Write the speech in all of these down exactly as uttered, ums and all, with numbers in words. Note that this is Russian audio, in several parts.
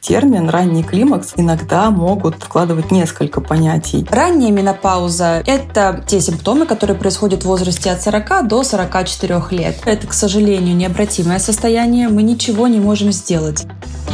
термин «ранний климакс» иногда могут вкладывать несколько понятий. Ранняя менопауза – это те симптомы, которые происходят в возрасте от сорока до сорока четырёх лет. Это, к сожалению, необратимое состояние, мы ничего не можем сделать.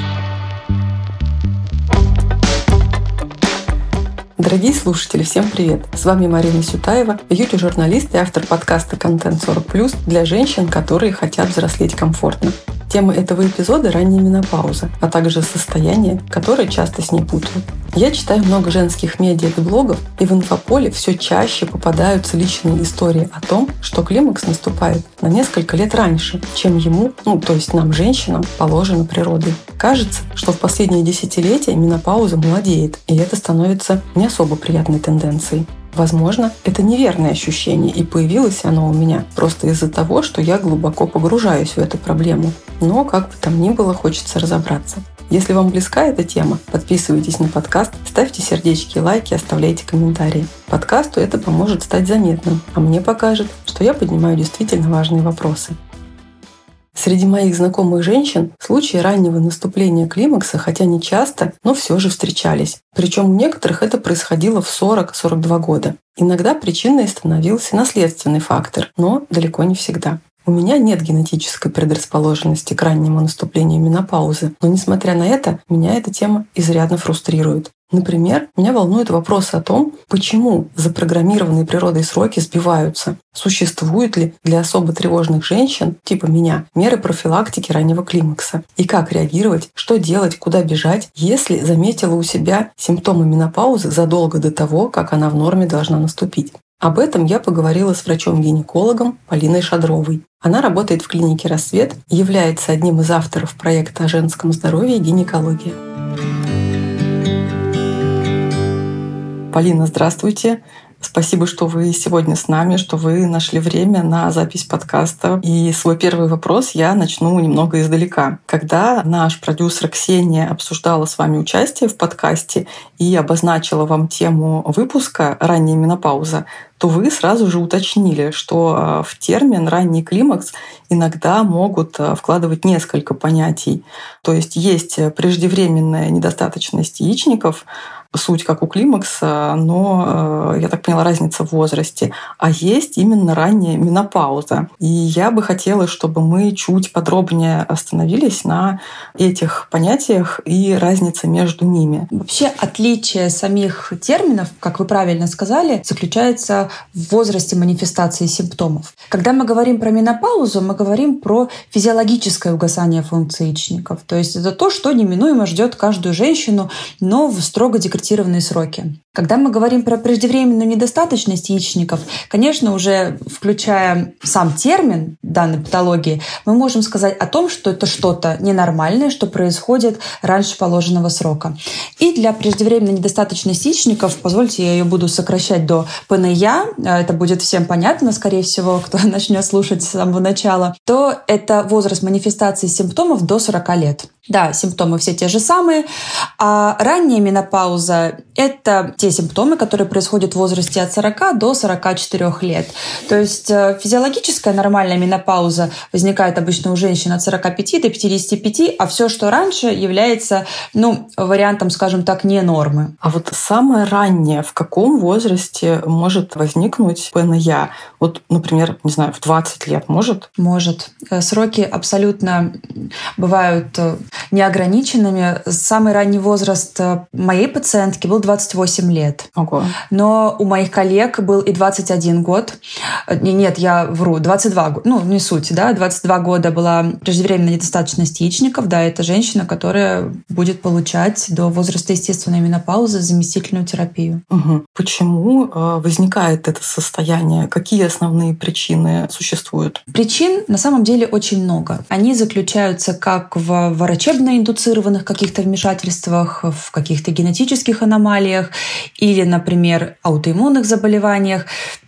Дорогие слушатели, всем привет! С вами Марина Сютаева, бьюти-журналист и автор подкаста «Контент сорок плюс» для женщин, которые хотят взрослеть комфортно. Тема этого эпизода – ранняя менопауза, а также состояние, которое часто с ней путают. Я читаю много женских медиа и блогов, и в инфополе все чаще попадаются личные истории о том, что климакс наступает на несколько лет раньше, чем ему, ну то есть нам, женщинам, положено природой. Кажется, что в последние десятилетия менопауза молодеет, и это становится не особо приятной тенденцией. Возможно, это неверное ощущение, и появилось оно у меня просто из-за того, что я глубоко погружаюсь в эту проблему. Но, как бы там ни было, хочется разобраться. Если вам близка эта тема, подписывайтесь на подкаст, ставьте сердечки, лайки, оставляйте комментарии. Подкасту это поможет стать заметным, а мне покажет, что я поднимаю действительно важные вопросы. Среди моих знакомых женщин случаи раннего наступления климакса, хотя не часто, но все же встречались. Причем у некоторых это происходило в сорок-сорок два года. Иногда причиной становился наследственный фактор, но далеко не всегда. У меня нет генетической предрасположенности к раннему наступлению менопаузы, но, несмотря на это, меня эта тема изрядно фрустрирует. Например, меня волнует вопрос о том, почему запрограммированные природой сроки сбиваются. Существуют ли для особо тревожных женщин, типа меня, меры профилактики раннего климакса? И как реагировать, что делать, куда бежать, если заметила у себя симптомы менопаузы задолго до того, как она в норме должна наступить? Об этом я поговорила с врачом-гинекологом Полиной Шадровой. Она работает в клинике «Рассвет» и является одним из авторов проекта о женском здоровье и гинекологии. Полина, здравствуйте. Спасибо, что вы сегодня с нами, что вы нашли время на запись подкаста. И свой первый вопрос я начну немного издалека. Когда наш продюсер Ксения обсуждала с вами участие в подкасте и обозначила вам тему выпуска «Ранняя менопауза», то вы сразу же уточнили, что в термин «ранний климакс» иногда могут вкладывать несколько понятий. То есть есть преждевременная недостаточность яичников, суть как у климакса, но, я так поняла, разница в возрасте. А есть именно ранняя менопауза. И я бы хотела, чтобы мы чуть подробнее остановились на этих понятиях и разнице между ними. Вообще отличие самих терминов, как вы правильно сказали, заключается в возрасте манифестации симптомов. Когда мы говорим про менопаузу, мы говорим про физиологическое угасание функций яичников. То есть это то, что неминуемо ждет каждую женщину, но в строго декретированные сроки. Когда мы говорим про преждевременную недостаточность яичников, конечно, уже включая сам термин данной патологии, мы можем сказать о том, что это что-то ненормальное, что происходит раньше положенного срока. И для преждевременной недостаточности яичников, позвольте, я ее буду сокращать до пэ эн я, это будет всем понятно, скорее всего, кто начнет слушать с самого начала, то это возраст манифестации симптомов до сорока лет. Да, симптомы все те же самые, а ранняя менопауза – это те симптомы, которые происходят в возрасте от сорока до сорока четырёх лет. То есть физиологическая нормальная менопауза возникает обычно у женщин от сорока пяти до пятидесяти пяти, а все, что раньше, является ну, вариантом, скажем так, не нормы. А вот самое раннее, в каком возрасте может возникнуть пэ эн я? Вот, например, не знаю, в двадцать лет может? Может. Сроки абсолютно бывают неограниченными. Самый ранний возраст моей пациентки был двадцать восемь лет. Ого. Но у моих коллег был и двадцать один год. Нет, я вру, двадцать два года. Ну, не суть, да. двадцать два года была преждевременная недостаточность яичников. Да, это женщина, которая будет получать до возраста естественной менопаузы заместительную терапию. Угу. Почему возникает это состояние? Какие основные причины существуют? Причин на самом деле очень много. Они заключаются как в врачебно-индуцированных каких-то вмешательствах, в каких-то генетических аномалиях или, например, аутоиммунных заболеваниях.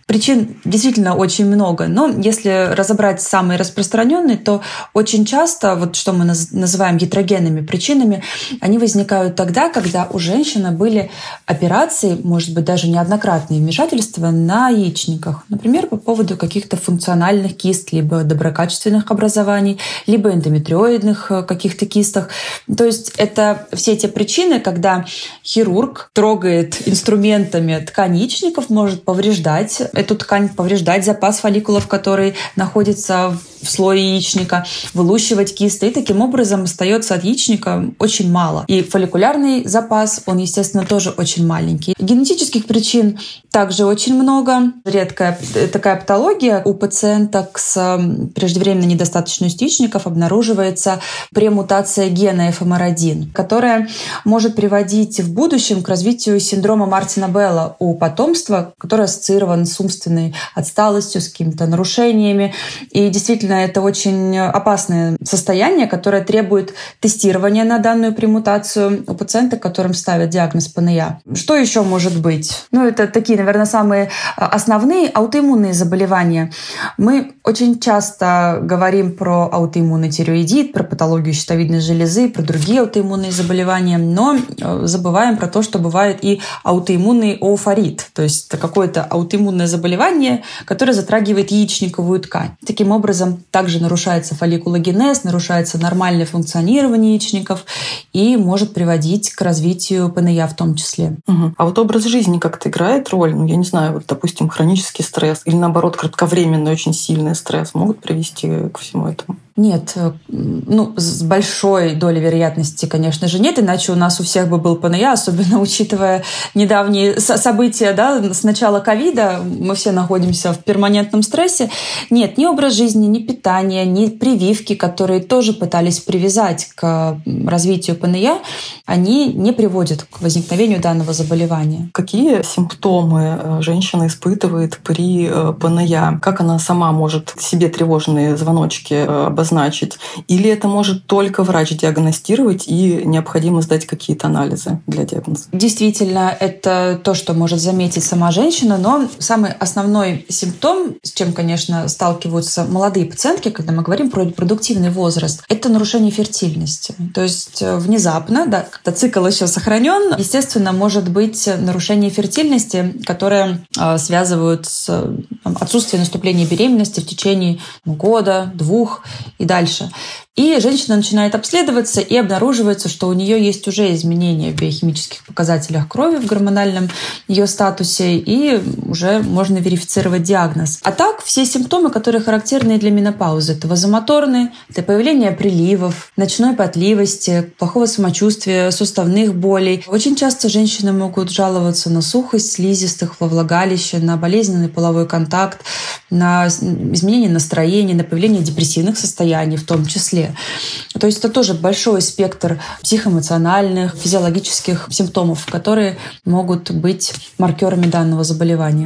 Причин действительно очень много, но если разобрать самые распространенные, то очень часто, вот что мы называем ятрогенными причинами, они возникают тогда, когда у женщины были операции, может быть, даже неоднократные вмешательства на яичниках. Например, по поводу каких-то функциональных кист, либо доброкачественных образований, либо эндометриоидных каких-то кистах. То есть это все те причины, когда хирург трогает инструментами ткань яичников, может повреждать эту ткань, повреждать запас фолликулов, который находится в слое яичника, вылущивать кисты. И таким образом остается от яичника очень мало. И фолликулярный запас, он, естественно, тоже очень маленький. Генетических причин также очень много. Редкая такая патология у пациенток с преждевременной недостаточностью яичников обнаруживается премутация гена эф эм эр один, которая может приводить в будущем к развитию синдрома Мартина-Белла у потомства, который ассоциирован с умственной отсталостью, с какими-то нарушениями. И действительно, это очень опасное состояние, которое требует тестирования на данную премутацию у пациенток, которым ставят диагноз пэ эн я. Что еще может быть? Ну, это такие, наверное, самые основные аутоиммунные заболевания. Мы очень часто говорим про аутоиммунный тиреоидит, про патологию щитовидной железы, про другие аутоиммунные заболевания, но забываем про то, что бывает и аутоиммунный оофорит, то есть это какое-то аутоиммунное заболевание, которое затрагивает яичниковую ткань. Таким образом, также нарушается фолликулогенез, нарушается нормальное функционирование яичников и может приводить к развитию пэ эн я в том числе. Угу. А вот образ жизни как-то играет роль? Ну, я не знаю, вот, допустим, хронический стресс или, наоборот, кратковременный, очень сильный стресс могут привести к всему этому? Нет, ну, с большой долей вероятности, конечно же, нет, иначе у нас у всех бы был пэ эн я, особенно учитывая недавние события, да, с начала ковида, мы все находимся в перманентном стрессе. Нет, ни образ жизни, ни питание, ни прививки, которые тоже пытались привязать к развитию пэ эн я, они не приводят к возникновению данного заболевания. Какие симптомы женщина испытывает при пэ эн я? Как она сама может себе тревожные звоночки обозначить? Обозначить? Или это может только врач диагностировать и необходимо сдать какие-то анализы для диагноза? Действительно, это то, что может заметить сама женщина, но самый основной симптом, с чем, конечно, сталкиваются молодые пациентки, когда мы говорим про репродуктивный возраст, это нарушение фертильности. То есть внезапно, да, когда цикл еще сохранен, естественно, может быть нарушение фертильности, которое связывают с отсутствием наступления беременности в течение года, двух и дальше. И женщина начинает обследоваться, и обнаруживается, что у нее есть уже изменения в биохимических показателях крови, в гормональном ее статусе, и уже можно верифицировать диагноз. А так, все симптомы, которые характерны для менопаузы, это вазомоторные, это появление приливов, ночной потливости, плохого самочувствия, суставных болей. Очень часто женщины могут жаловаться на сухость слизистых во влагалище, на болезненный половой контакт, на изменение настроения, на появление депрессивных состояний в том числе. То есть это тоже большой спектр психоэмоциональных, физиологических симптомов, которые могут быть маркерами данного заболевания.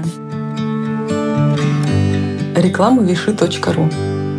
Реклама виши точка ру.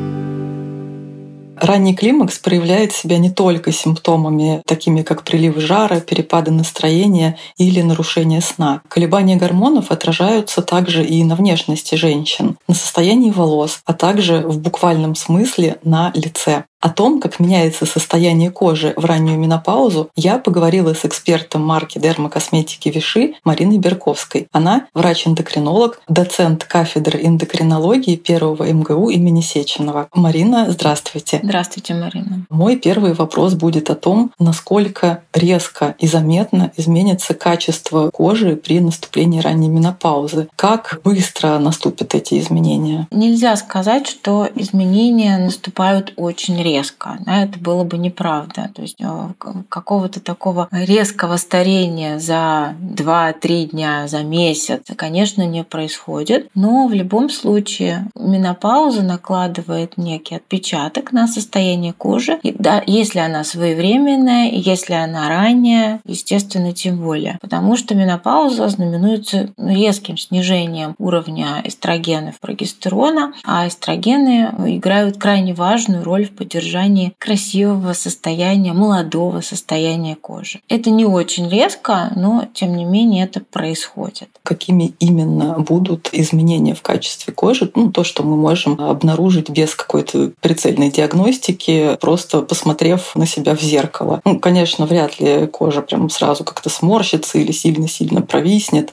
Ранний климакс проявляет себя не только симптомами, такими как приливы жара, перепады настроения или нарушение сна. Колебания гормонов отражаются также и на внешности женщин, на состоянии волос, а также в буквальном смысле на лице. О том, как меняется состояние кожи в раннюю менопаузу, я поговорила с экспертом марки дермокосметики Виши Мариной Берковской. Она врач-эндокринолог, доцент кафедры эндокринологии первого эм гэ у имени Сеченова. Марина, здравствуйте. Здравствуйте, Марина. Мой первый вопрос будет о том, насколько резко и заметно изменится качество кожи при наступлении ранней менопаузы. Как быстро наступят эти изменения? Нельзя сказать, что изменения наступают очень резко. резко. Это было бы неправда. То есть какого-то такого резкого старения за два-три дня, за месяц, конечно, не происходит. Но в любом случае менопауза накладывает некий отпечаток на состояние кожи. И да, если она своевременная, если она ранняя, естественно, тем более. Потому что менопауза знаменуется резким снижением уровня эстрогенов, прогестерона, а эстрогены играют крайне важную роль в поддержании поддержании красивого состояния, молодого состояния кожи. Это не очень резко, но тем не менее это происходит. Какими именно будут изменения в качестве кожи? Ну, то, что мы можем обнаружить без какой-то прицельной диагностики, просто посмотрев на себя в зеркало. Ну, конечно, вряд ли кожа прям сразу как-то сморщится или сильно-сильно провиснет,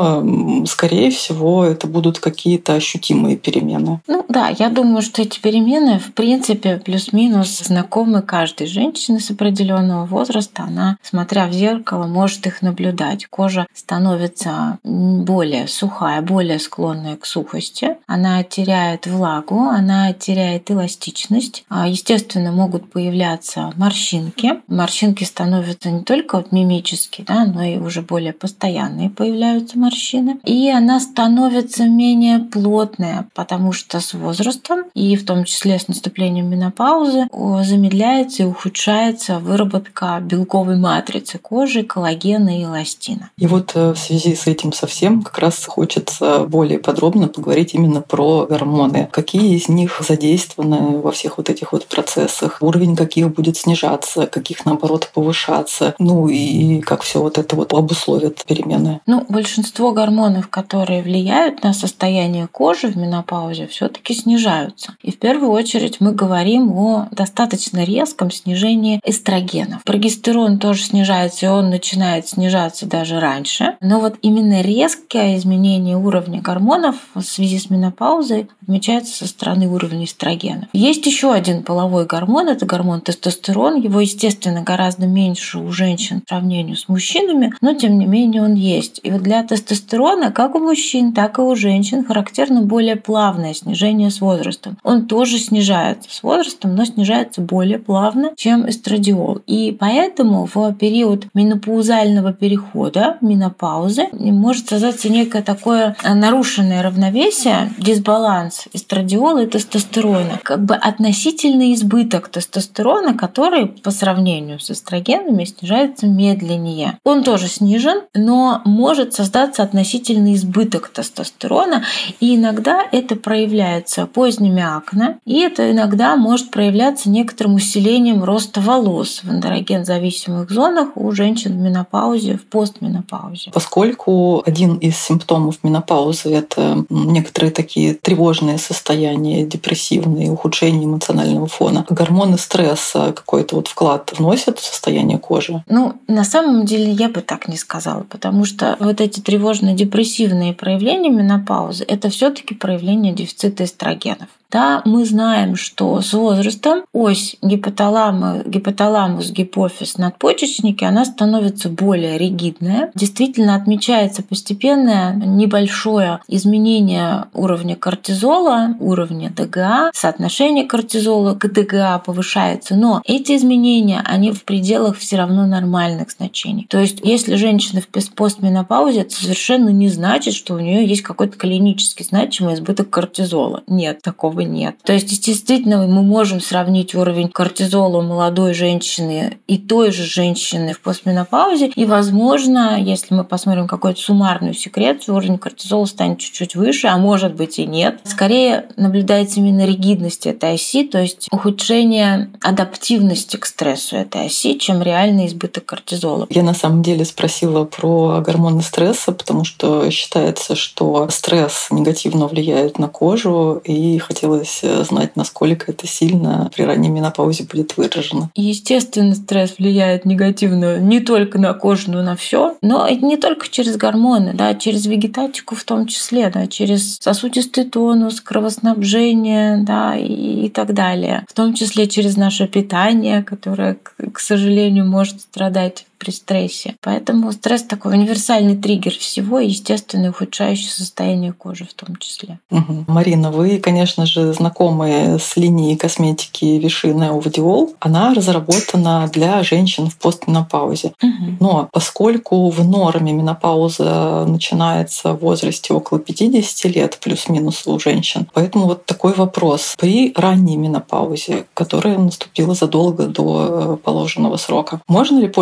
но, скорее всего, это будут какие-то ощутимые перемены. Ну да, я думаю, что эти перемены, в принципе, плюс-минус знакомы каждой женщине с определенного возраста. Она, смотря в зеркало, может их наблюдать. Кожа становится более сухая, более склонная к сухости. Она теряет влагу, она теряет эластичность. Естественно, могут появляться морщинки. Морщинки становятся не только вот мимические, да, но и уже более постоянные появляются морщины. И она становится менее плотная, потому что с возрастом, и в том числе с наступлением менопаузы, замедляется и ухудшается выработка белковой матрицы кожи, коллагена и эластина. И вот в связи с этим совсем как раз хочется более подробно поговорить именно про гормоны. Какие из них задействованы во всех вот этих вот процессах? Уровень каких будет снижаться, каких, наоборот, повышаться? Ну и как все вот это вот обусловит перемены? Ну, большинство гормонов, которые влияют на состояние кожи в менопаузе, все-таки снижаются. И в первую очередь мы говорим о достаточно резком снижении эстрогенов. Прогестерон тоже снижается, и он начинает снижаться даже раньше. Но вот именно резкое изменение уровня гормонов в связи с менопаузой отмечается со стороны уровня эстрогенов. Есть еще один половой гормон, это гормон тестостерон. Его, естественно, гораздо меньше у женщин по сравнению с мужчинами, но тем не менее он есть. И вот для тестостерона, как у мужчин, так и у женщин, характерно более плавное снижение с возрастом. Он тоже снижается с возрастом, но снижается более плавно, чем эстрадиол. И поэтому в период менопаузального перехода, менопаузы, может создаться некое такое нарушенное равновесие, дисбаланс эстрадиола и тестостерона. Как бы относительный избыток тестостерона, который по сравнению с эстрогенами снижается медленнее. Он тоже снижен, но может создаться относительный избыток тестостерона, и иногда это проявляется поздними акне, и это иногда может проявляться некоторым усилением роста волос в андрогензависимых зонах у женщин в менопаузе, в постменопаузе. Поскольку один из симптомов менопаузы — это некоторые такие тревожные состояния, депрессивные, ухудшение эмоционального фона, гормоны стресса какой-то вот вклад вносят в состояние кожи? Ну, на самом деле я бы так не сказала, потому что вот эти тревожно-депрессивные проявления менопаузы — это все-таки проявление дефицита эстрогенов. Да, мы знаем, что с возрастом ось гипоталамус, гипоталамус, гипофиз, надпочечники, она становится более ригидная. Действительно отмечается постепенное небольшое изменение уровня кортизола, уровня ДГА, соотношение кортизола к ДГА повышается, но эти изменения, они в пределах все равно нормальных значений. То есть, если женщина в постменопаузе, это совершенно не значит, что у нее есть какой-то клинически значимый избыток кортизола. Нет, такого нет. То есть, действительно, мы можем сравнить уровень кортизола у молодой женщины и той же женщины в постменопаузе, и, возможно, если мы посмотрим какую-то суммарную секрецию, уровень кортизола станет чуть-чуть выше, а может быть и нет. Скорее наблюдается именно ригидность этой оси, то есть ухудшение адаптивности к стрессу этой оси, чем реальный избыток кортизола. Я на самом деле спросила про гормоны стресса, потому что считается, что стресс негативно влияет на кожу, и хотелось знать, насколько это сильно при ранней менопаузе будет выражено. Естественно, стресс влияет негативно не только на кожу, но на все, но и не только через гормоны, да, через вегетатику в том числе, да, через сосудистый тонус, кровоснабжение, да, и, и так далее. В том числе через наше питание, которое, к, к сожалению, может страдать при стрессе. Поэтому стресс такой универсальный триггер всего, естественно, ухудшающий состояние кожи в том числе. Угу. Марина, вы, конечно же, знакомы с линией косметики Vichy Neovadiol. Она разработана для женщин в постменопаузе. Угу. Но поскольку в норме менопауза начинается в возрасте около пятидесяти лет, плюс-минус у женщин, поэтому вот такой вопрос. При ранней менопаузе, которая наступила задолго до положенного срока, можно ли пользоваться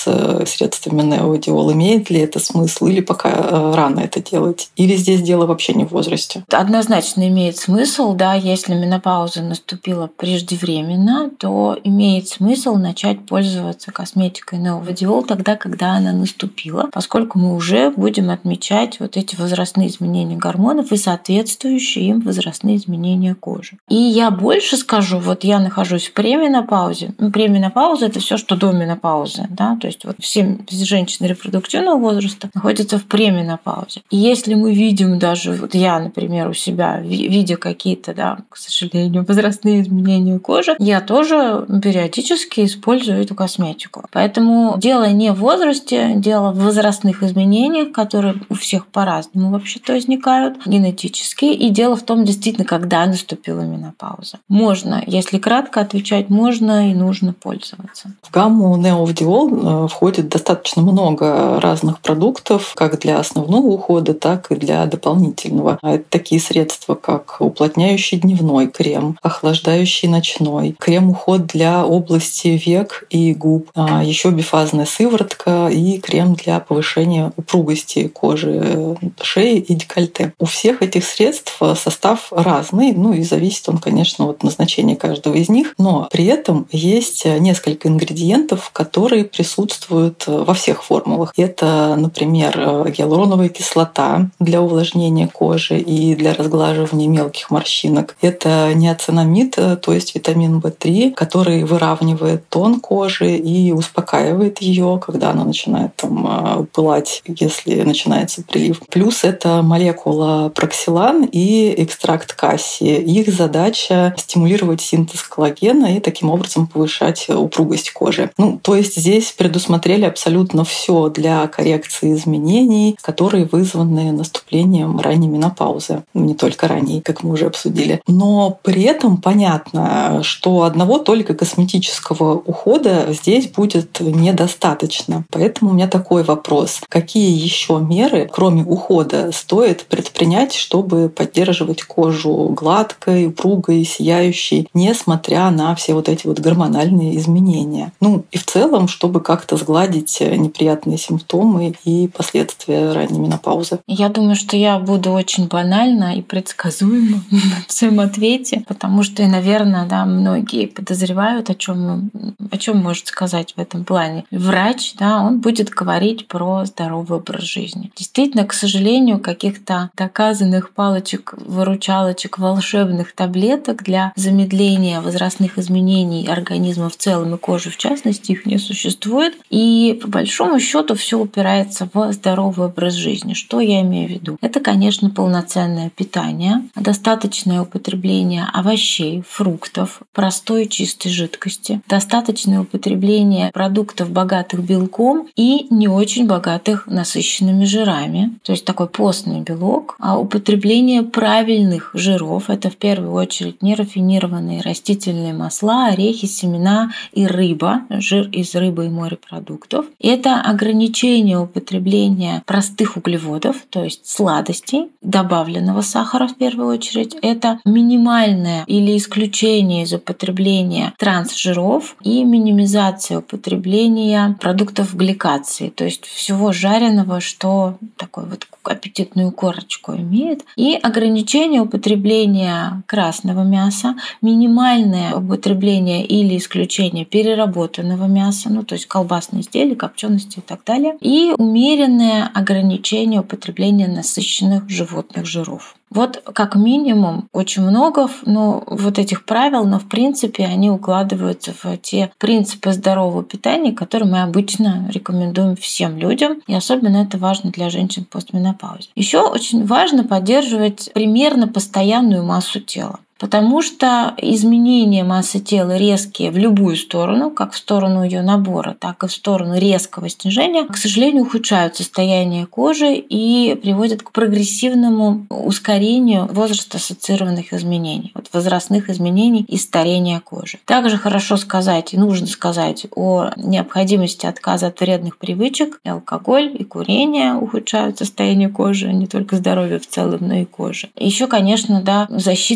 с средствами неовидиол? Имеет ли это смысл? Или пока рано это делать? Или здесь дело вообще не в возрасте? Однозначно имеет смысл, да, если менопауза наступила преждевременно, то имеет смысл начать пользоваться косметикой неовидиол тогда, когда она наступила, поскольку мы уже будем отмечать вот эти возрастные изменения гормонов и соответствующие им возрастные изменения кожи. И я больше скажу, вот я нахожусь в пременопаузе. Пременопауза – это все, что до менопаузы, да, то есть вот все женщины репродуктивного возраста находятся в пременопаузе. И если мы видим даже, вот я, например, у себя, видя какие-то, да, к сожалению, возрастные изменения кожи, я тоже периодически использую эту косметику. Поэтому дело не в возрасте, дело в возрастных изменениях, которые у всех по-разному вообще-то возникают генетически. И дело в том, действительно, когда наступила менопауза. Можно, если кратко отвечать, можно и нужно пользоваться. В гамму неовидиол входит достаточно много разных продуктов, как для основного ухода, так и для дополнительного. Это такие средства, как уплотняющий дневной крем, охлаждающий ночной, крем-уход для области век и губ, еще бифазная сыворотка и крем для повышения упругости кожи, шеи и декольте. У всех этих средств состав разный, ну и зависит он, конечно, от назначения каждого из них, но при этом есть несколько ингредиентов, которые присутствуют во всех формулах. Это, например, гиалуроновая кислота для увлажнения кожи и для разглаживания мелких морщинок. Это ниацинамид, то есть витамин вэ три, который выравнивает тон кожи и успокаивает ее, когда она начинает там пылать, если начинается прилив. Плюс это молекула проксилан и экстракт кассии. Их задача стимулировать синтез коллагена и таким образом повышать упругость кожи. Ну, то есть здесь предусмотрели абсолютно все для коррекции изменений, которые вызваны наступлением ранней менопаузы. Не только ранней, как мы уже обсудили. Но при этом понятно, что одного только косметического ухода здесь будет недостаточно. Поэтому у меня такой вопрос. Какие еще меры, кроме ухода, стоит предпринять, чтобы поддерживать кожу гладкой, упругой, сияющей, несмотря на все вот эти вот гормональные изменения? Ну и в целом, чтобы как-то сгладить неприятные симптомы и последствия ранней менопаузы. Я думаю, что я буду очень банальна и предсказуема в своем ответе, потому что, и, наверное, да, многие подозревают, о чем о чем может сказать в этом плане врач, да, он будет говорить про здоровый образ жизни. Действительно, к сожалению, каких-то доказанных палочек-выручалочек, волшебных таблеток для замедления возрастных изменений организма в целом и кожи в частности их не существует. И по большому счету все упирается в здоровый образ жизни. Что я имею в виду? Это, конечно, полноценное питание, достаточное употребление овощей, фруктов, простой чистой жидкости, достаточное употребление продуктов, богатых белком и не очень богатых насыщенными жирами, то есть такой постный белок, а употребление правильных жиров, это в первую очередь нерафинированные растительные масла, орехи, семена и рыба, жир из рыбы и морепродуктов. Это ограничение употребления простых углеводов, то есть сладостей, добавленного сахара в первую очередь. Это минимальное или исключение из употребления трансжиров и минимизация употребления продуктов гликации, то есть всего жареного, что такой вот аппетитную корочку имеет, и ограничение употребления красного мяса, минимальное употребление или исключение переработанного мяса, ну то есть колбасные изделия, копчености и так далее, и умеренное ограничение употребления насыщенных животных жиров. Вот как минимум очень много но вот этих правил, но в принципе они укладываются в те принципы здорового питания, которые мы обычно рекомендуем всем людям, и особенно это важно для женщин в постменопаузе. Еще очень важно поддерживать примерно постоянную массу тела. Потому что изменения массы тела резкие в любую сторону, как в сторону ее набора, так и в сторону резкого снижения, к сожалению, ухудшают состояние кожи и приводят к прогрессивному ускорению возраст-ассоциированных изменений, вот возрастных изменений и старения кожи. Также хорошо сказать и нужно сказать о необходимости отказа от вредных привычек. И алкоголь, и курение ухудшают состояние кожи, не только здоровье в целом, но и кожи. Еще, конечно, да, защита от солнца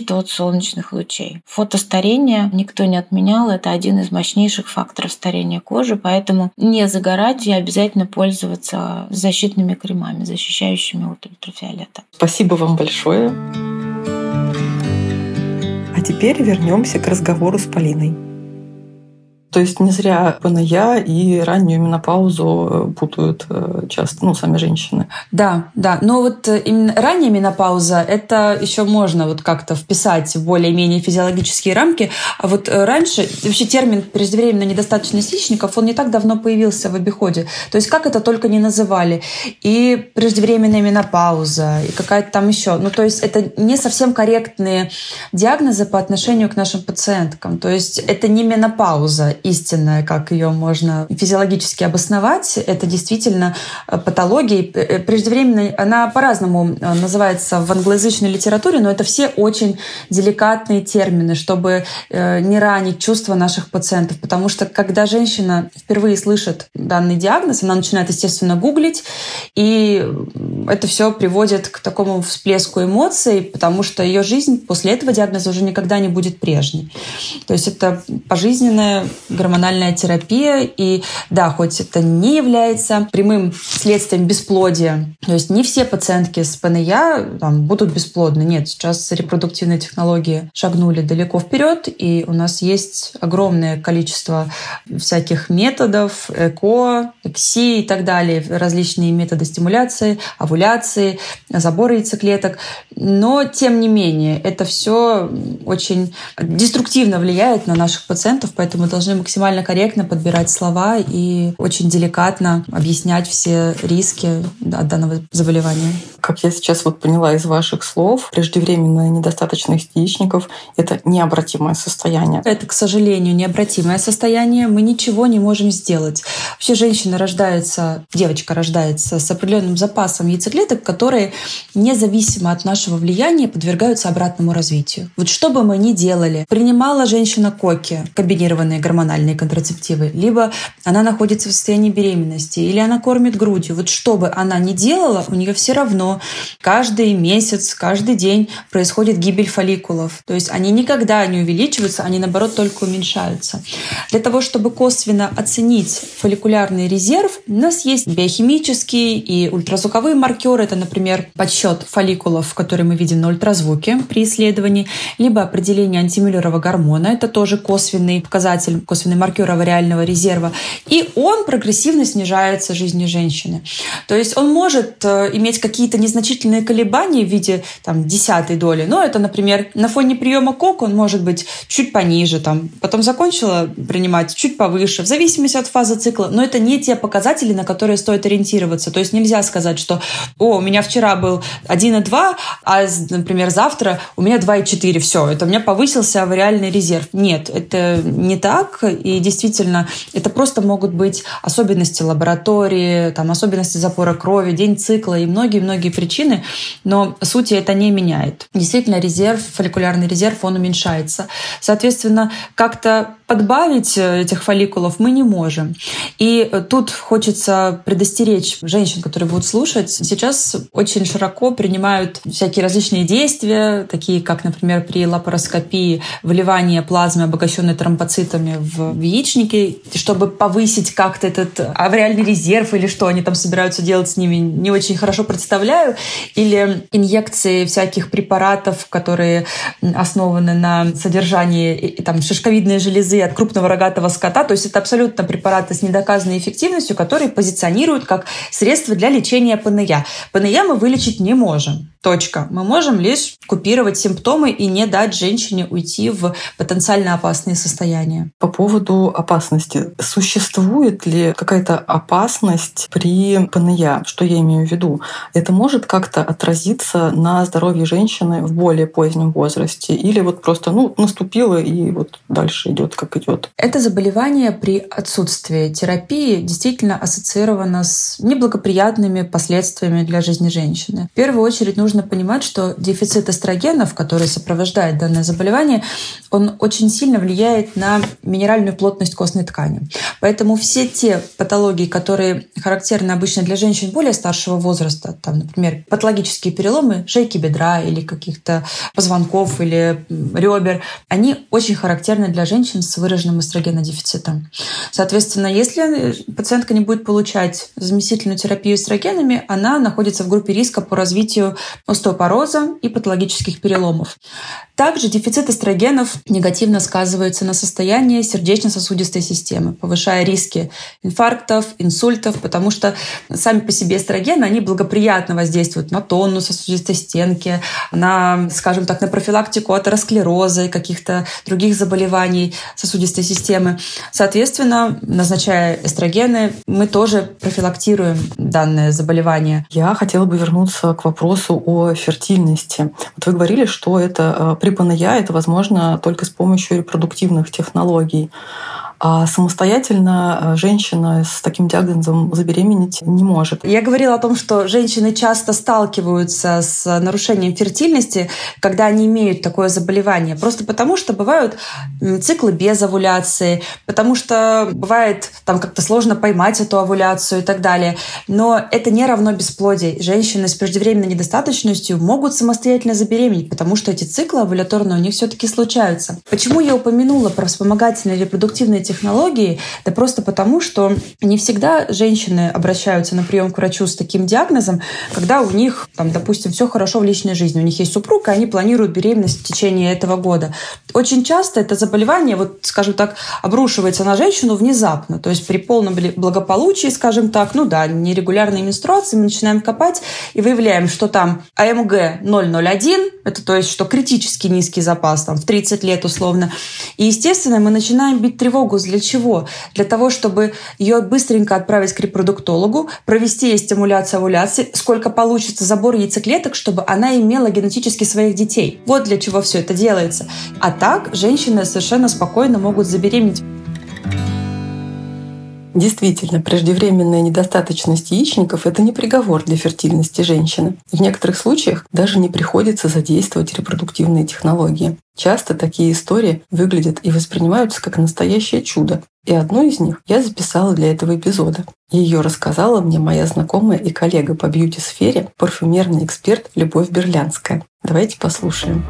солнечных лучей. Фотостарение никто не отменял, это один из мощнейших факторов старения кожи, поэтому не загорать и обязательно пользоваться защитными кремами, защищающими от ультрафиолета. Спасибо вам большое. А теперь вернемся к разговору с Полиной. То есть не зря ПНЯ и раннюю менопаузу путают часто, ну, сами женщины. Да, да. Но вот именно ранняя менопауза, это еще можно вот как-то вписать в более-менее физиологические рамки. А вот раньше вообще термин преждевременная недостаточность яичников, он не так давно появился в обиходе. То есть как это только не называли. И преждевременная менопауза, и какая-то там еще. Ну, то есть это не совсем корректные диагнозы по отношению к нашим пациенткам. То есть это не менопауза истинная, как ее можно физиологически обосновать. Это действительно патология. Преждевременная, она по-разному называется в англоязычной литературе, но это все очень деликатные термины, чтобы не ранить чувства наших пациентов. Потому что когда женщина впервые слышит данный диагноз, она начинает, естественно, гуглить, и это все приводит к такому всплеску эмоций, потому что ее жизнь после этого диагноза уже никогда не будет прежней. То есть это пожизненная гормональная терапия. И да, хоть это не является прямым следствием бесплодия, то есть не все пациентки с ПНЯ там, будут бесплодны. Нет, сейчас репродуктивные технологии шагнули далеко вперед, и у нас есть огромное количество всяких методов, ЭКО, ЭКСИ и так далее, различные методы стимуляции, овуляции, забора яйцеклеток. Но, тем не менее, это все очень деструктивно влияет на наших пациентов, поэтому мы должны максимально корректно подбирать слова и очень деликатно объяснять все риски от данного заболевания. Как я сейчас вот поняла из ваших слов, преждевременная недостаточность яичников — это необратимое состояние. Это, к сожалению, необратимое состояние. Мы ничего не можем сделать. Вообще женщина рождается, девочка рождается с определенным запасом яйцеклеток, которые независимо от нашего влияния подвергаются обратному развитию. Вот что бы мы ни делали, принимала женщина коки, комбинированные гормональные контрацептивы, либо она находится в состоянии беременности, или она кормит грудью. Вот что бы она ни делала, у нее все равно каждый месяц, каждый день происходит гибель фолликулов. То есть они никогда не увеличиваются, они, наоборот, только уменьшаются. Для того, чтобы косвенно оценить фолликулярный резерв, у нас есть биохимические и ультразвуковые маркеры. Это, например, подсчет фолликулов, которые мы видим на ультразвуке при исследовании, либо определение антимюллерова гормона. Это тоже косвенный показатель, косвенный маркер авариального резерва. И он прогрессивно снижается в жизни женщины. То есть он может иметь какие-то незначительные колебания в виде там, десятой доли. Но это, например, на фоне приема кок он может быть чуть пониже, там, потом закончила принимать чуть повыше, в зависимости от фазы цикла. Но это не те показатели, на которые стоит ориентироваться. То есть нельзя сказать, что «О, у меня вчера был один и два, а, например, завтра у меня два и четыре. Все, это у меня повысился авариальный резерв». Нет, это не так. И действительно, это просто могут быть особенности лаборатории, там, особенности запора крови, день цикла и многие-многие причины, но сути это не меняет. Действительно, резерв, фолликулярный резерв, он уменьшается. Соответственно, как-то подбавить этих фолликулов мы не можем. И тут хочется предостеречь женщин, которые будут слушать. Сейчас очень широко принимают всякие различные действия, такие как, например, при лапароскопии выливание плазмы, обогащенной тромбоцитами в яичники, чтобы повысить как-то этот авариальный резерв или что они там собираются делать с ними, не очень хорошо представляю. Или инъекции всяких препаратов, которые основаны на содержании там, шишковидной железы от крупного рогатого скота. То есть это абсолютно препараты с недоказанной эффективностью, которые позиционируют как средство для лечения ПНЯ. ПНЯ мы вылечить не можем. Точка. Мы можем лишь купировать симптомы и не дать женщине уйти в потенциально опасные состояния. По поводу опасности. Существует ли какая-то опасность при ПНЯ? Что я имею в виду? Это может как-то отразиться на здоровье женщины в более позднем возрасте? Или вот просто ну, наступило и вот дальше идет как как идет? Это заболевание при отсутствии терапии действительно ассоциировано с неблагоприятными последствиями для жизни женщины. В первую очередь нужно понимать, что дефицит эстрогенов, который сопровождает данное заболевание, он очень сильно влияет на минеральную плотность костной ткани. Поэтому все те патологии, которые характерны обычно для женщин более старшего возраста, там, например, патологические переломы шейки бедра или каких-то позвонков или ребер, они очень характерны для женщин с выраженным эстрогенодефицитом. Соответственно, если пациентка не будет получать заместительную терапию эстрогенами, она находится в группе риска по развитию остеопороза и патологических переломов. Также дефицит эстрогенов негативно сказывается на состоянии сердечно-сосудистой системы, повышая риски инфарктов, инсультов, потому что сами по себе эстрогены, они благоприятно воздействуют на тонус сосудистой стенки, на, скажем так, на профилактику атеросклероза и каких-то других заболеваний сосудистой системы. Соответственно, назначая эстрогены, мы тоже профилактируем данное заболевание. Я хотела бы вернуться к вопросу о фертильности. Вот вы говорили, что это при ПНЯ это возможно только с помощью репродуктивных технологий. А самостоятельно женщина с таким диагнозом забеременеть не может. Я говорила о том, что женщины часто сталкиваются с нарушением фертильности, когда они имеют такое заболевание. Просто потому, что бывают циклы без овуляции, потому что бывает там как-то сложно поймать эту овуляцию и так далее. Но это не равно бесплодию. Женщины с преждевременной недостаточностью могут самостоятельно забеременеть, потому что эти циклы овуляторные у них все-таки случаются. Почему я упомянула про вспомогательные репродуктивные технологии? Да просто потому, что не всегда женщины обращаются на прием к врачу с таким диагнозом, когда у них, там, допустим, все хорошо в личной жизни. У них есть супруг, и они планируют беременность в течение этого года. Очень часто это заболевание, вот, скажем так, обрушивается на женщину внезапно. То есть при полном благополучии, скажем так, ну да, нерегулярные менструации, мы начинаем копать и выявляем, что там АМГ ноль ноль один, это то есть, что критически низкий запас, там, в тридцать лет условно. И, естественно, мы начинаем бить тревогу. Для чего? Для того, чтобы ее быстренько отправить к репродуктологу, провести ей стимуляцию овуляции, сколько получится забор яйцеклеток, чтобы она имела генетически своих детей. Вот для чего все это делается. А так женщины совершенно спокойно могут забеременеть. Действительно, преждевременная недостаточность яичников — это не приговор для фертильности женщины. В некоторых случаях даже не приходится задействовать репродуктивные технологии. Часто такие истории выглядят и воспринимаются как настоящее чудо. И одну из них я записала для этого эпизода. Ее рассказала мне моя знакомая и коллега по бьюти-сфере, парфюмерный эксперт Любовь Берлянская. Давайте послушаем.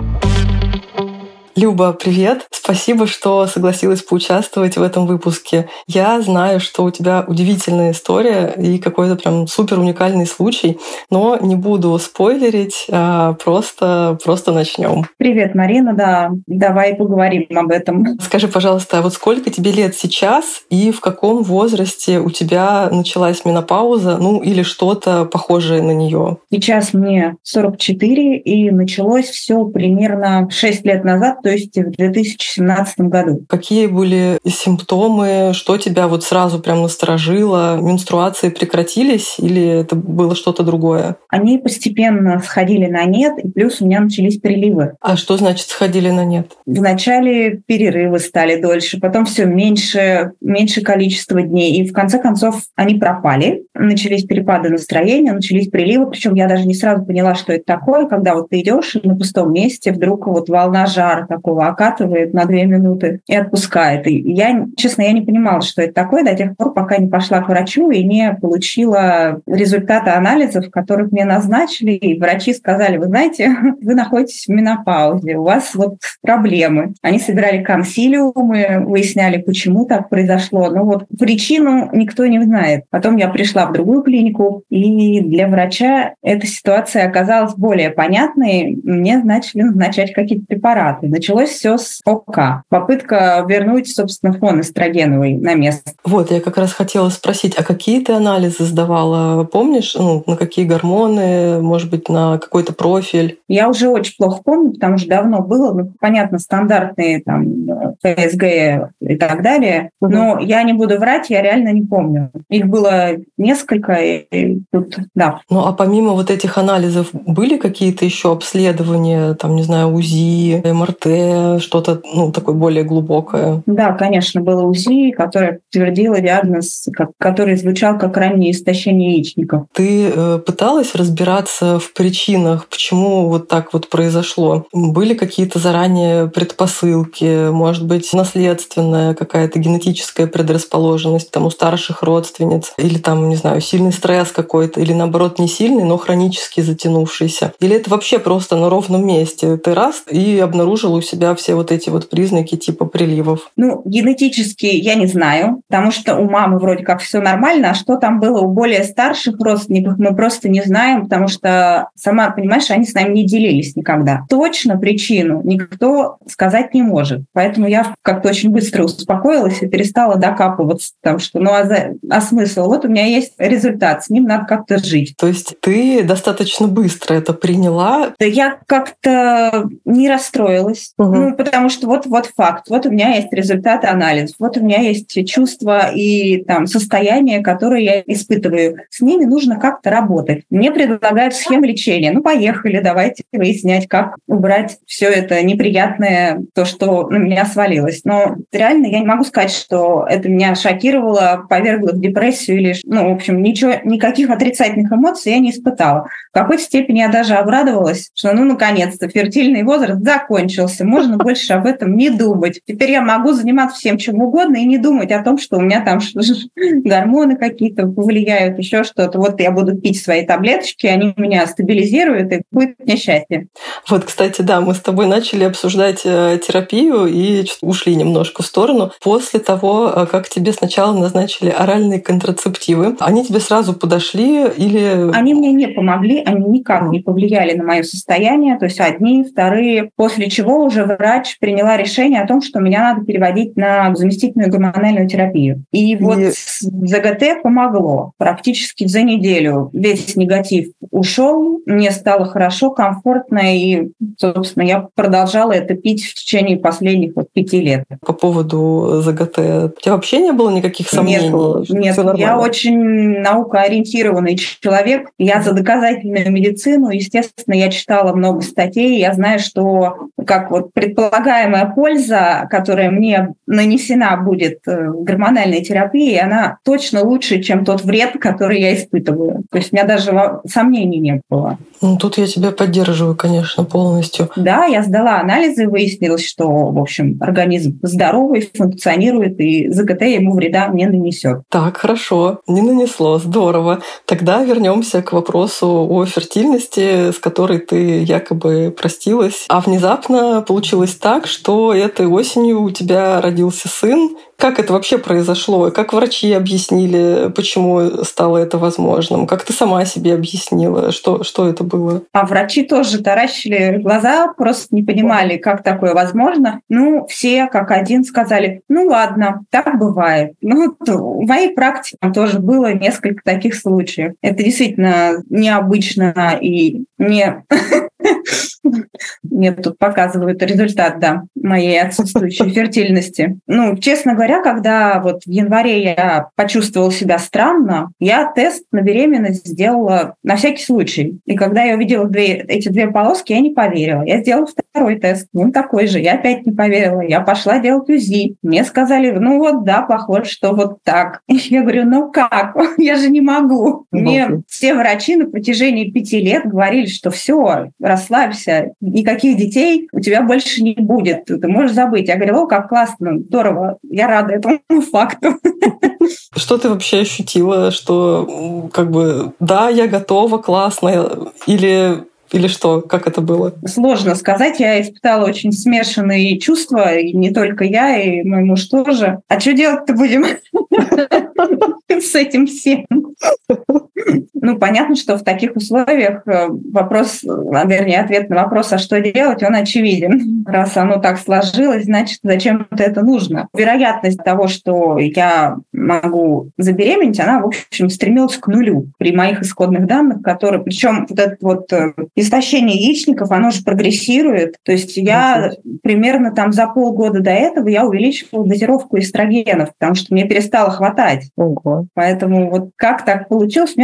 Люба, привет! Спасибо, что согласилась поучаствовать в этом выпуске. Я знаю, что у тебя удивительная история и какой-то прям супер уникальный случай, но не буду спойлерить, а просто, просто начнем. Привет, Марина, да, давай поговорим об этом. Скажи, пожалуйста, а вот сколько тебе лет сейчас и в каком возрасте у тебя началась менопауза, ну или что-то похожее на нее? Сейчас мне сорок четыре, и началось все примерно шесть лет назад, то есть в две тысячи семнадцатом году. Какие были симптомы? Что тебя вот сразу прям насторожило? Менструации прекратились или это было что-то другое? Они постепенно сходили на нет, и плюс у меня начались приливы. А что значит сходили на нет? Вначале перерывы стали дольше, потом все меньше, меньше количество дней, и в конце концов они пропали. Начались перепады настроения, начались приливы, причем я даже не сразу поняла, что это такое, когда вот ты идешь на пустом месте, вдруг вот волна жара такого окатывает на две минуты и отпускает. И я, честно, я не понимала, что это такое до тех пор, пока не пошла к врачу и не получила результаты анализов, которых мне назначили. И врачи сказали: вы знаете, вы находитесь в менопаузе, у вас вот проблемы. Они собирали консилиумы, выясняли, почему так произошло. Но вот причину никто не знает. Потом я пришла в другую клинику, и для врача эта ситуация оказалась более понятной. Мне начали назначать какие-то препараты. Началось все с ОК. Попытка вернуть, собственно, фон эстрогеновый на место. Вот, я как раз хотела спросить, а какие ты анализы сдавала? Помнишь, ну, на какие гормоны, может быть, на какой-то профиль? Я уже очень плохо помню, потому что давно было. Ну, понятно, стандартные там ФСГ и так далее. Но угу. Я не буду врать, я реально не помню. Их было несколько, и тут, да. Ну, а помимо вот этих анализов были какие-то еще обследования, там, не знаю, УЗИ, МРТ, КТ, что-то ну, такое более глубокое? Да, конечно, было УЗИ, которое подтвердило диагноз, который звучал как раннее истощение яичников. Ты пыталась разбираться в причинах, почему вот так вот произошло? Были какие-то заранее предпосылки, может быть, наследственная какая-то генетическая предрасположенность там, у старших родственниц, или там, не знаю, сильный стресс какой-то, или наоборот не сильный, но хронически затянувшийся? Или это вообще просто на ровном месте? Ты раз и обнаружила у себя все вот эти вот признаки типа приливов? Ну, генетически я не знаю, потому что у мамы вроде как все нормально, а что там было у более старших родственников, мы просто не знаем, потому что, сама понимаешь, они с нами не делились никогда. Точно причину никто сказать не может. Поэтому я как-то очень быстро успокоилась и перестала докапываться, потому что, ну а, за, а смысл? Вот у меня есть результат, с ним надо как-то жить. То есть ты достаточно быстро это приняла? Да я как-то не расстроилась, угу. ну потому что вот, вот факт, вот у меня есть результаты анализов, вот у меня есть чувства и там состояния, которые я испытываю. С ними нужно как-то работать. Мне предлагают схему лечения. Ну, поехали, давайте выяснять, как убрать все это неприятное, то, что на меня свалилось. Но реально я не могу сказать, что это меня шокировало, повергло в депрессию или, ну, в общем, ничего, никаких отрицательных эмоций я не испытала. В какой-то степени я даже обрадовалась, что, ну, наконец-то, фертильный возраст закончился, можно больше об этом не думать. Теперь я могу заниматься всем чем угодно и не думать о том, что у меня там гормоны какие-то повлияют, еще что-то. Вот я буду пить свои таблеточки, они меня стабилизируют, и будет мне счастье. Вот, кстати, да, мы с тобой начали обсуждать терапию и ушли немножко в сторону. После того, как тебе сначала назначили оральные контрацептивы, они тебе сразу подошли или... Они мне не помогли, они никак не повлияли на мое состояние, то есть одни, вторые, после чего уже врач приняла решение о том, что меня надо переводить на заместительную гормональную терапию. И вот и... ЗГТ помогло. Практически за неделю весь негатив ушел, мне стало хорошо, комфортно, и, собственно, я продолжала это пить в течение последних вот пяти лет. По поводу ЗГТ, у тебя вообще не было никаких сомнений? Нет, нет, я очень наукоориентированный человек, я за доказательную медицину, естественно, я читала много статей, я знаю, что как вот предполагаемая польза, которая мне нанесена будет в гормональной терапии, она точно лучше, чем тот вред, который я испытываю. То есть у меня даже сомнений не было. Ну, тут я тебя поддерживаю, конечно, полностью. Да, я сдала анализы, выяснилось, что, в общем, организм здоровый, функционирует, и ЗГТ ему вреда не нанесет. Так, хорошо, не нанесло, здорово. Тогда вернемся к вопросу о фертильности, с которой ты якобы простилась. А внезапно получилось так, что этой осенью у тебя родился сын. Как это вообще произошло? Как врачи объяснили, почему стало это возможным? Как ты сама себе объяснила, что, что это было? А врачи тоже таращили глаза, просто не понимали, как такое возможно. Ну, все как один сказали, ну ладно, так бывает. Ну, в моей практике тоже было несколько таких случаев. Это действительно необычно и не... Мне тут показывают результат, да, моей отсутствующей фертильности. Ну, честно говоря, когда вот в январе я почувствовала себя странно, я тест на беременность сделала на всякий случай. И когда я увидела две, эти две полоски, я не поверила. Я сделала второй тест, он такой же. Я опять не поверила. Я пошла делать УЗИ. Мне сказали, ну вот да, похоже, что вот так. Я говорю, ну как? Я же не могу. Мне все врачи на протяжении пяти лет говорили, что все, расслабься, никаких детей у тебя больше не будет, ты можешь забыть. Я говорю, о, как классно, здорово, я рада этому факту. Что ты вообще ощутила, что как бы да, я готова, классно, или... Или что? Как это было? Сложно сказать. Я испытала очень смешанные чувства. И не только я, и мой муж тоже. А что делать-то будем с этим всем? Ну, понятно, что в таких условиях вопрос, вернее, ответ на вопрос, а что делать, он очевиден. Раз оно так сложилось, значит, зачем-то это нужно. Вероятность того, что я могу забеременеть, она, в общем, стремилась к нулю при моих исходных данных, которые... Причем вот это вот истощение яичников, оно же прогрессирует. То есть я примерно там за полгода до этого я увеличивала дозировку эстрогенов, потому что мне перестало хватать. Ого. Поэтому вот как так получилось? У меня тоже. У меня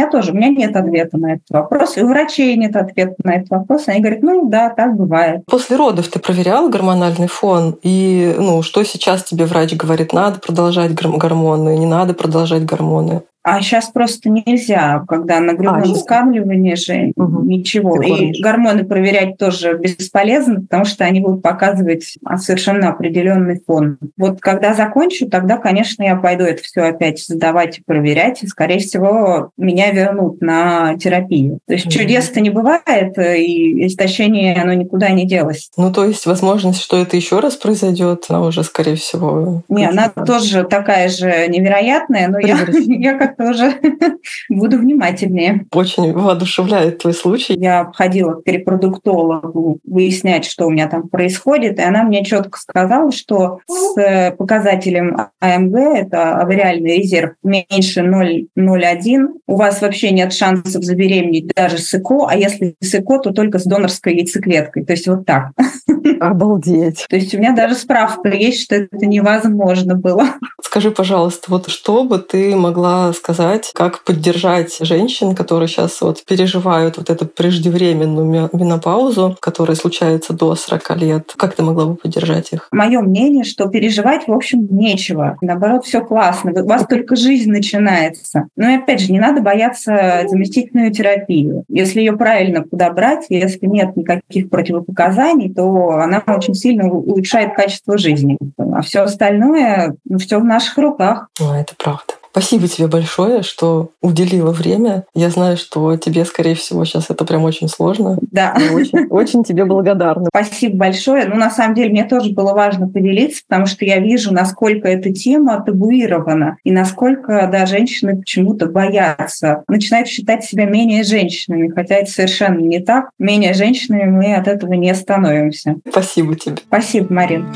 меня нет ответа на этот вопрос, и у врачей нет ответа на этот вопрос. Они говорят, ну да, так бывает. После родов ты проверяла гормональный фон? И ну, что сейчас тебе врач говорит? Надо продолжать гормоны, не надо продолжать гормоны? А сейчас просто нельзя, когда на грудном вскармливании же угу. ничего. И гормоны проверять тоже бесполезно, потому что они будут показывать совершенно определенный фон. Вот когда закончу, тогда, конечно, я пойду это все опять сдавать и проверять, и, скорее всего, меня вернут на терапию. То есть угу. чудес-то не бывает, и истощение, оно никуда не делось. Ну, то есть возможность, что это еще раз произойдет, она уже, скорее всего... Не, она тоже такая же невероятная, но я, я как тоже буду внимательнее. Очень воодушевляет твой случай. Я ходила к перепродуктологу выяснять, что у меня там происходит, и она мне четко сказала, что с показателем АМГ, это авариальный резерв, меньше ноль целых ноль один, у вас вообще нет шансов забеременеть даже с ЭКО, а если с ЭКО, то только с донорской яйцеклеткой. То есть вот так. Обалдеть. То есть у меня даже справка есть, что это невозможно было. Скажи, пожалуйста, вот что бы ты могла сказать, как поддержать женщин, которые сейчас вот переживают вот эту преждевременную менопаузу, которая случается до сорока лет? Как ты могла бы поддержать их? Мое мнение, что переживать, в общем, нечего. Наоборот, все классно. У вас только жизнь начинается. Но и опять же, не надо бояться заместительную терапию. Если ее правильно подобрать, если нет никаких противопоказаний, то она очень сильно улучшает качество жизни. А все остальное, ну, все в наших руках. Ну, это правда. Спасибо тебе большое, что уделила время. Я знаю, что тебе, скорее всего, сейчас это прям очень сложно. Да. Очень, очень тебе благодарна. Спасибо большое. Ну, на самом деле, мне тоже было важно поделиться, потому что я вижу, насколько эта тема табуирована и насколько, да, женщины почему-то боятся, начинают считать себя менее женщинами, хотя это совершенно не так. Менее женщинами мы от этого не становимся. Спасибо тебе. Спасибо, Марин.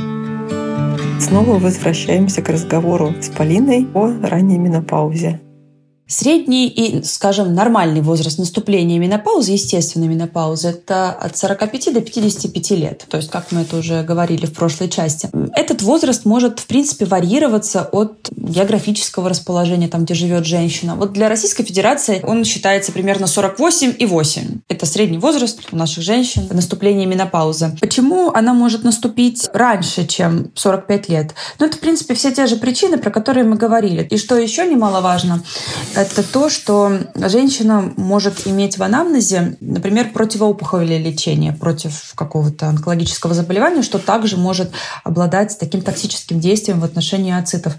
Снова возвращаемся к разговору с Полиной о ранней менопаузе. Средний и, скажем, нормальный возраст наступления менопаузы, естественной менопаузы, это от сорока пяти до пятидесяти пяти лет. То есть, как мы это уже говорили в прошлой части. Этот возраст может, в принципе, варьироваться от географического расположения, там, где живет женщина. Вот для Российской Федерации он считается примерно сорок восемь и восемь. Это средний возраст у наших женщин наступления менопаузы. Почему она может наступить раньше, чем сорок пять лет? Ну, это, в принципе, все те же причины, про которые мы говорили. И что еще немаловажно, это то, что женщина может иметь в анамнезе, например, противоопухолевое лечение против какого-то онкологического заболевания, что также может обладать таким токсическим действием в отношении ооцитов.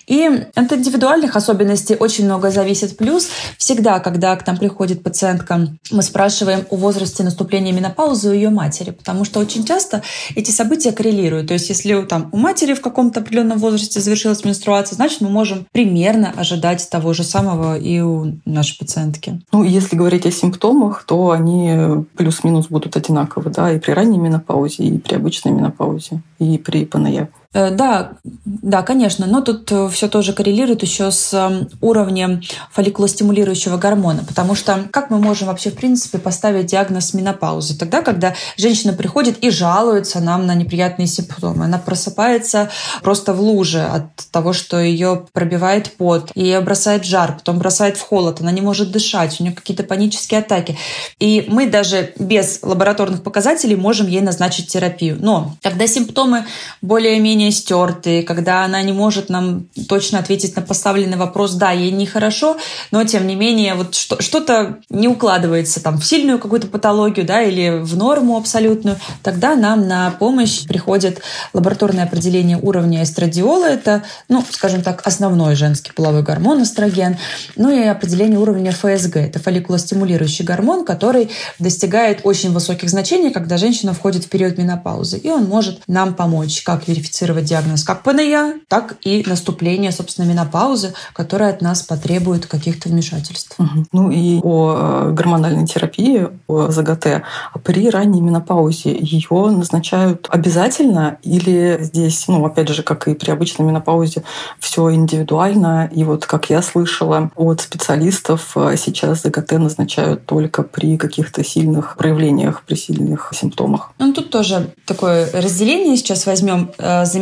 И от индивидуальных особенностей очень много зависит. Плюс всегда, когда к нам приходит пациентка, мы спрашиваем о возрасте наступления менопаузы у ее матери, потому что очень часто эти события коррелируют. То есть если там, у матери в каком-то определенном возрасте завершилась менструация, значит, мы можем примерно ожидать того же самого и у нашей пациентки. Ну, если говорить о симптомах, то они плюс-минус будут одинаковы, да, и при ранней менопаузе, и при обычной менопаузе, и при ПНЕ. Да, да, конечно, но тут все тоже коррелирует еще с уровнем фолликулостимулирующего гормона, потому что как мы можем вообще в принципе поставить диагноз менопаузы? Тогда, когда женщина приходит и жалуется нам на неприятные симптомы, она просыпается просто в луже от того, что ее пробивает пот, ее бросает в жар, потом бросает в холод, она не может дышать, у нее какие-то панические атаки. И мы даже без лабораторных показателей можем ей назначить терапию. Но когда симптомы более-менее стертые, когда она не может нам точно ответить на поставленный вопрос, да, ей нехорошо, но тем не менее вот что- что-то не укладывается там в сильную какую-то патологию, да, или в норму абсолютную, тогда нам на помощь приходит лабораторное определение уровня эстрадиола, это, ну, скажем так, основной женский половой гормон эстроген, ну и определение уровня эф эс гэ, это фолликулостимулирующий гормон, который достигает очень высоких значений, когда женщина входит в период менопаузы, и он может нам помочь как верифицировать диагноз как ПНЕ, так и наступление, собственно, менопаузы, которая от нас потребует каких-то вмешательств. Угу. Ну и о гормональной терапии, о зэ гэ тэ. При ранней менопаузе ее назначают обязательно или здесь, ну, опять же, как и при обычной менопаузе, все индивидуально? И вот, как я слышала от специалистов, сейчас зэ гэ тэ назначают только при каких-то сильных проявлениях, при сильных симптомах. Ну, тут тоже такое разделение сейчас возьмем.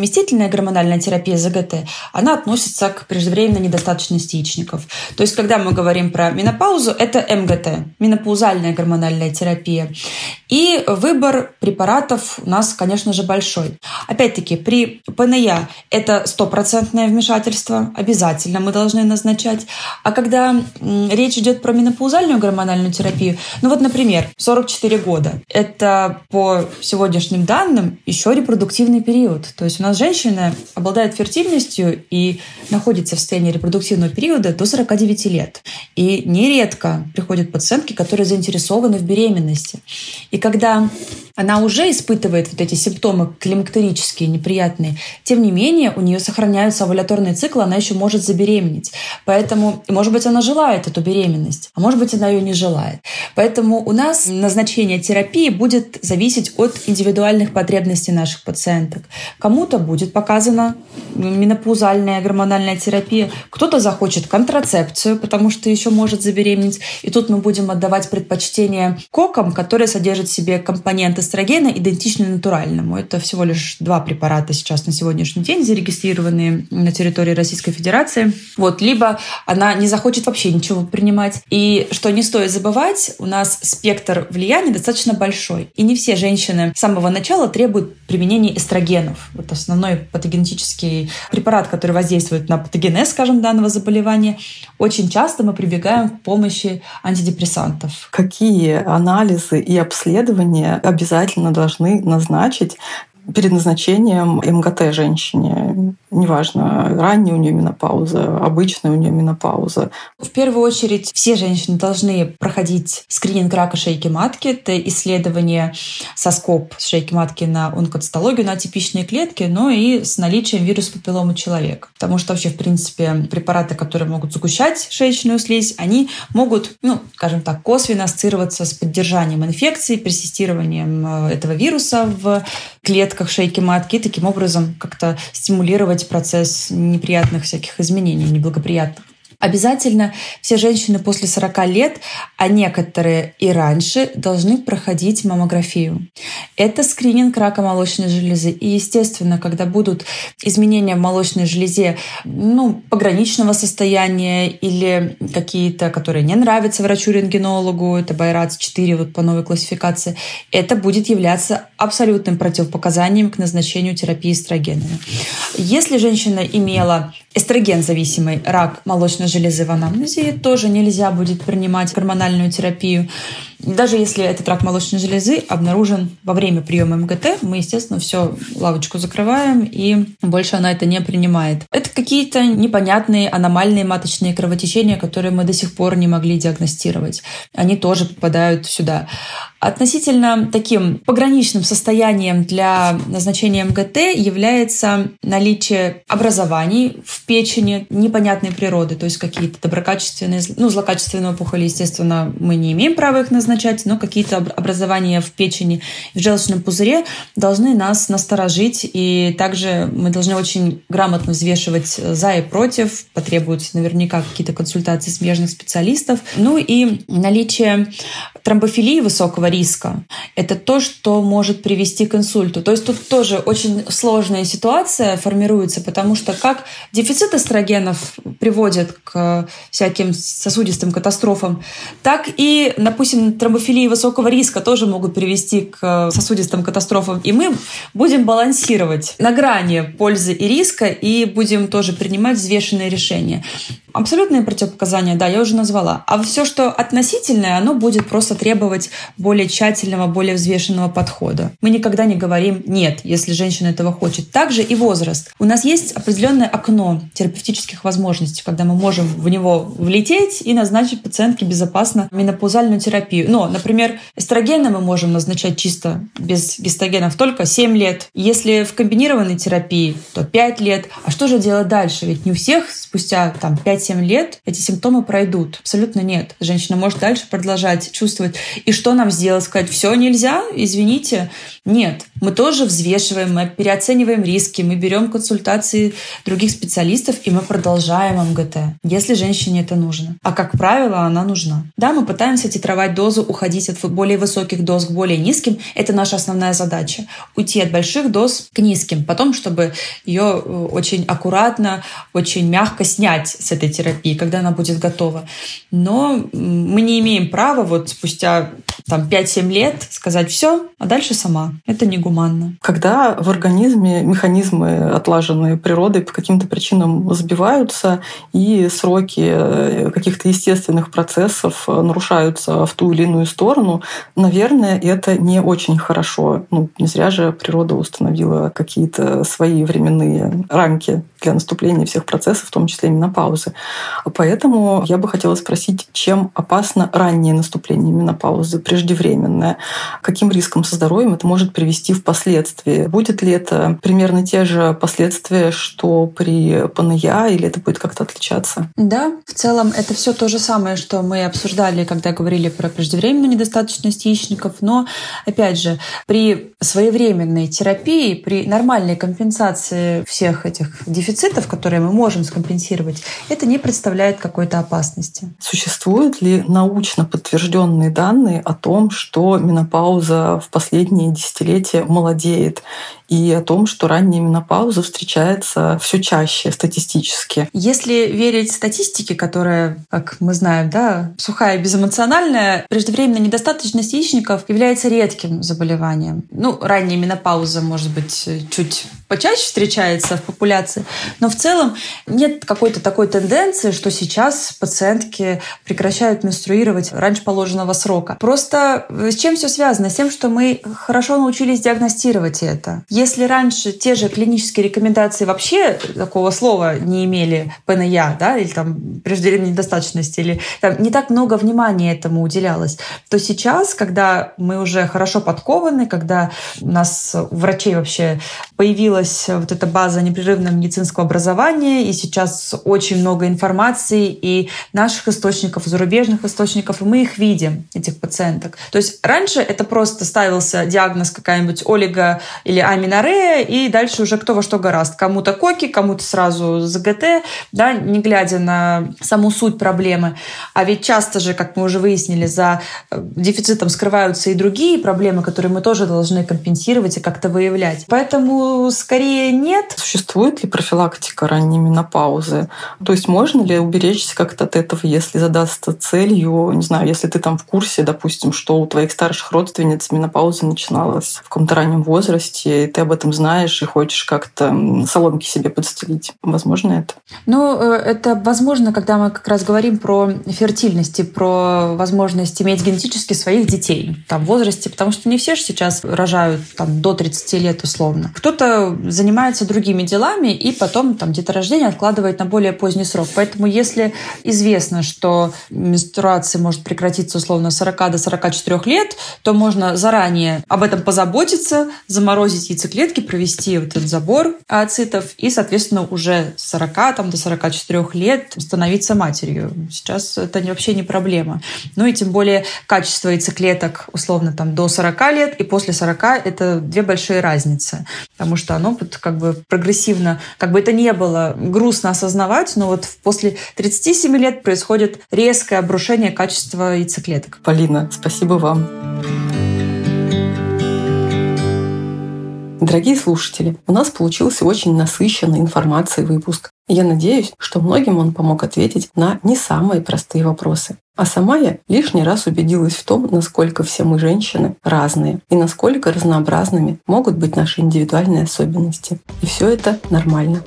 заместительная гормональная терапия зэ гэ тэ, она относится к преждевременной недостаточности яичников. То есть, когда мы говорим про менопаузу, это эм гэ тэ, менопаузальная гормональная терапия. И выбор препаратов у нас, конечно же, большой. Опять-таки, при пэ эн я это стопроцентное вмешательство, обязательно мы должны назначать. А когда м, речь идет про менопаузальную гормональную терапию, ну вот, например, сорок четыре года, это по сегодняшним данным еще репродуктивный период. То есть у нас женщина обладает фертильностью и находится в состоянии репродуктивного периода до сорока девяти лет. И нередко приходят пациентки, которые заинтересованы в беременности. И когда она уже испытывает вот эти симптомы климактерические, неприятные, тем не менее у нее сохраняются овуляторные циклы, она еще может забеременеть. Поэтому, может быть, она желает эту беременность, а может быть, она ее не желает. Поэтому у нас назначение терапии будет зависеть от индивидуальных потребностей наших пациенток. Кому-то будет показана менопаузальная гормональная терапия, кто-то захочет контрацепцию, потому что еще может забеременеть. И тут мы будем отдавать предпочтение кокам, которые содержат в себе компонент эстрогена, идентичный натуральному. Это всего лишь два препарата сейчас на сегодняшний день, зарегистрированные на территории Российской Федерации. Вот. Либо она не захочет вообще ничего принимать. И что не стоит забывать, у нас спектр влияния достаточно большой. И не все женщины с самого начала требуют применения эстрогенов. Вот основной патогенетический препарат, который воздействует на патогенез, скажем, данного заболевания. Очень часто мы прибегаем к помощи антидепрессантов. Какие анализы и обследования обязательно должны назначить перед назначением эм гэ тэ женщине? Неважно, ранняя у нее менопауза, обычная у нее менопауза. В первую очередь все женщины должны проходить скрининг рака шейки матки. Это исследование соскоб шейки матки на онкоцитологию, на атипичные клетки, но и с наличием вируса папилломы человека. Потому что вообще, в принципе, препараты, которые могут загущать шеечную слизь, они могут, ну, скажем так, косвенно ассоциироваться с поддержанием инфекции, персистированием этого вируса в клетках шейки матки и таким образом как-то стимулировать процесс неприятных всяких изменений, неблагоприятных. Обязательно все женщины после сорока лет, а некоторые и раньше, должны проходить маммографию. Это скрининг рака молочной железы. И, естественно, когда будут изменения в молочной железе, ну, пограничного состояния или какие-то, которые не нравятся врачу-рентгенологу, это байрац четыре вот по новой классификации, это будет являться абсолютным противопоказанием к назначению терапии эстрогенами. Если женщина имела эстроген-зависимый рак молочной железы в анамнезе, тоже нельзя будет принимать гормональную терапию. Даже если этот рак молочной железы обнаружен во время приема эм гэ тэ, мы, естественно, все, лавочку закрываем, и больше она это не принимает. Это какие-то непонятные аномальные маточные кровотечения, которые мы до сих пор не могли диагностировать. Они тоже попадают сюда. Относительно таким пограничным состоянием для назначения эм гэ тэ является наличие образований в печени непонятной природы, то есть какие-то доброкачественные, ну, злокачественные опухоли, естественно, мы не имеем права их назначать, но какие-то образования в печени, в желчном пузыре должны нас насторожить, и также мы должны очень грамотно взвешивать за и против, потребуются наверняка какие-то консультации смежных специалистов. Ну и наличие тромбофилии высокого риска – это то, что может привести к инсульту. То есть тут тоже очень сложная ситуация формируется, потому что как дефицит эстрогенов приводит к всяким сосудистым катастрофам, так и, допустим, тромбофилии высокого риска тоже могут привести к сосудистым катастрофам. И мы будем балансировать на грани пользы и риска и будем тоже принимать взвешенные решения. Абсолютные противопоказания, да, я уже назвала. А все, что относительное, оно будет просто требовать более тщательного, более взвешенного подхода. Мы никогда не говорим «нет», если женщина этого хочет. Также и возраст. У нас есть определенное окно терапевтических возможностей, когда мы можем в него влететь и назначить пациентке безопасно менопаузальную терапию. Но, например, эстрогены мы можем назначать чисто без гистогенов только семь лет. Если в комбинированной терапии, то пять лет. А что же делать дальше? Ведь не у всех спустя там, пять-семь лет эти симптомы пройдут. Абсолютно нет. Женщина может дальше продолжать чувствовать. И что нам сделать? Сказать, все нельзя? Извините. Нет. Мы тоже взвешиваем, мы переоцениваем риски, мы берем консультации других специалистов, и мы продолжаем эм гэ тэ, если женщине это нужно. А как правило, она нужна. Да, мы пытаемся титровать дозу, уходить от более высоких доз к более низким. Это наша основная задача. Уйти от больших доз к низким. Потом, чтобы ее очень аккуратно, очень мягко снять с этой терапии, когда она будет готова. Но мы не имеем права вот спустя там, пять-семь лет сказать «все», а дальше сама. Это негуманно. Когда в организме механизмы, отлаженные природой, по каким-то причинам сбиваются, и сроки каких-то естественных процессов нарушаются в ту или иную сторону, наверное, это не очень хорошо. Ну, не зря же природа установила какие-то свои временные рамки для наступления всех процессов, в том числе и менопаузы. Поэтому я бы хотела спросить, чем опасно раннее наступление менопаузы, преждевременное? Каким риском со здоровьем это может привести впоследствии? Будет ли это примерно те же последствия, что при пэ эн я, или это будет как-то отличаться? Да, в целом это все то же самое, что мы обсуждали, когда говорили про преждевременную недостаточность яичников, но, опять же, при своевременной терапии, при нормальной компенсации всех этих дефицитов, которые мы можем скомпенсировать, это не представляет какой-то опасности. Существуют ли научно подтвержденные данные о том, что менопауза в последние десятилетия молодеет, и о том, что ранняя менопауза встречается все чаще статистически? Если верить статистике, которая, как мы знаем, да, сухая и безэмоциональная, преждевременная недостаточность яичников является редким заболеванием. Ну, ранняя менопауза, может быть, чуть почаще встречается в популяции, но в целом нет какой-то такой тенденции, что сейчас пациентки прекращают менструировать раньше положенного срока. Просто с чем все связано? С тем, что мы хорошо научились диагностировать это. Если раньше те же клинические рекомендации вообще такого слова не имели, пэ эн я, да, или там преждевременная недостаточность, или там не так много внимания этому уделялось, то сейчас, когда мы уже хорошо подкованы, когда у нас у врачей вообще появилась вот эта база непрерывного медицинского образования, и сейчас очень много информации и наших источников, и зарубежных источников, и мы их видим, этих пациенток. То есть раньше это просто ставился диагноз какая-нибудь олиго- или аминорея, и дальше уже кто во что гораст. Кому-то коки, кому-то сразу зэ гэ тэ, да, не глядя на саму суть проблемы. А ведь часто же, как мы уже выяснили, за дефицитом скрываются и другие проблемы, которые мы тоже должны компенсировать и как-то выявлять. Поэтому скорее нет. Существует ли профилактика ранней менопаузы? То есть можно ли уберечься как-то от этого, если задастся целью, не знаю, если ты там в курсе, допустим, что у твоих старших родственниц менопауза начиналась в каком-то раннем возрасте, и ты об этом знаешь и хочешь как-то соломки себе подстелить. Возможно это? Ну, это возможно, когда мы как раз говорим про фертильность и про возможность иметь генетически своих детей там, в возрасте, потому что не все же сейчас рожают там, до тридцати лет условно. Кто-то занимается другими делами и потом там, деторождение откладывает на более поздний срок. Поэтому если известно, что менструация может прекратиться условно с сорока до сорока четырёх лет, то можно заранее об этом позаботиться, заморозить яйцеклетки, провести вот этот забор ооцитов и, соответственно, уже с сорока там, до сорока четырёх лет становиться матерью. Сейчас это вообще не проблема. Ну и тем более качество яйцеклеток условно там, до сорока лет и после сорока это две большие разницы. Потому что оно вот, как бы прогрессивно, как бы это ни было грустно осознавать, но вот после тридцати семи лет происходит резкое обрушение качества яйцеклеток. Полина, спасибо вам. Дорогие слушатели, у нас получился очень насыщенный информацией выпуск. Я надеюсь, что многим он помог ответить на не самые простые вопросы. А сама я лишний раз убедилась в том, насколько все мы, женщины, разные, и насколько разнообразными могут быть наши индивидуальные особенности. И все это нормально.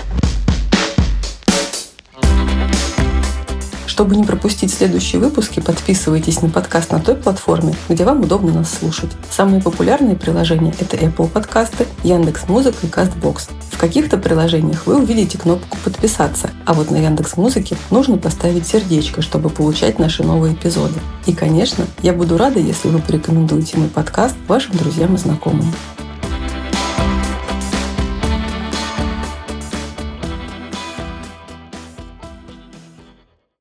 Чтобы не пропустить следующие выпуски, подписывайтесь на подкаст на той платформе, где вам удобно нас слушать. Самые популярные приложения — это Apple подкасты, Яндекс.Музыка и Castbox. В каких-то приложениях вы увидите кнопку «Подписаться», а вот на Яндекс.Музыке нужно поставить сердечко, чтобы получать наши новые эпизоды. И, конечно, я буду рада, если вы порекомендуете мой подкаст вашим друзьям и знакомым.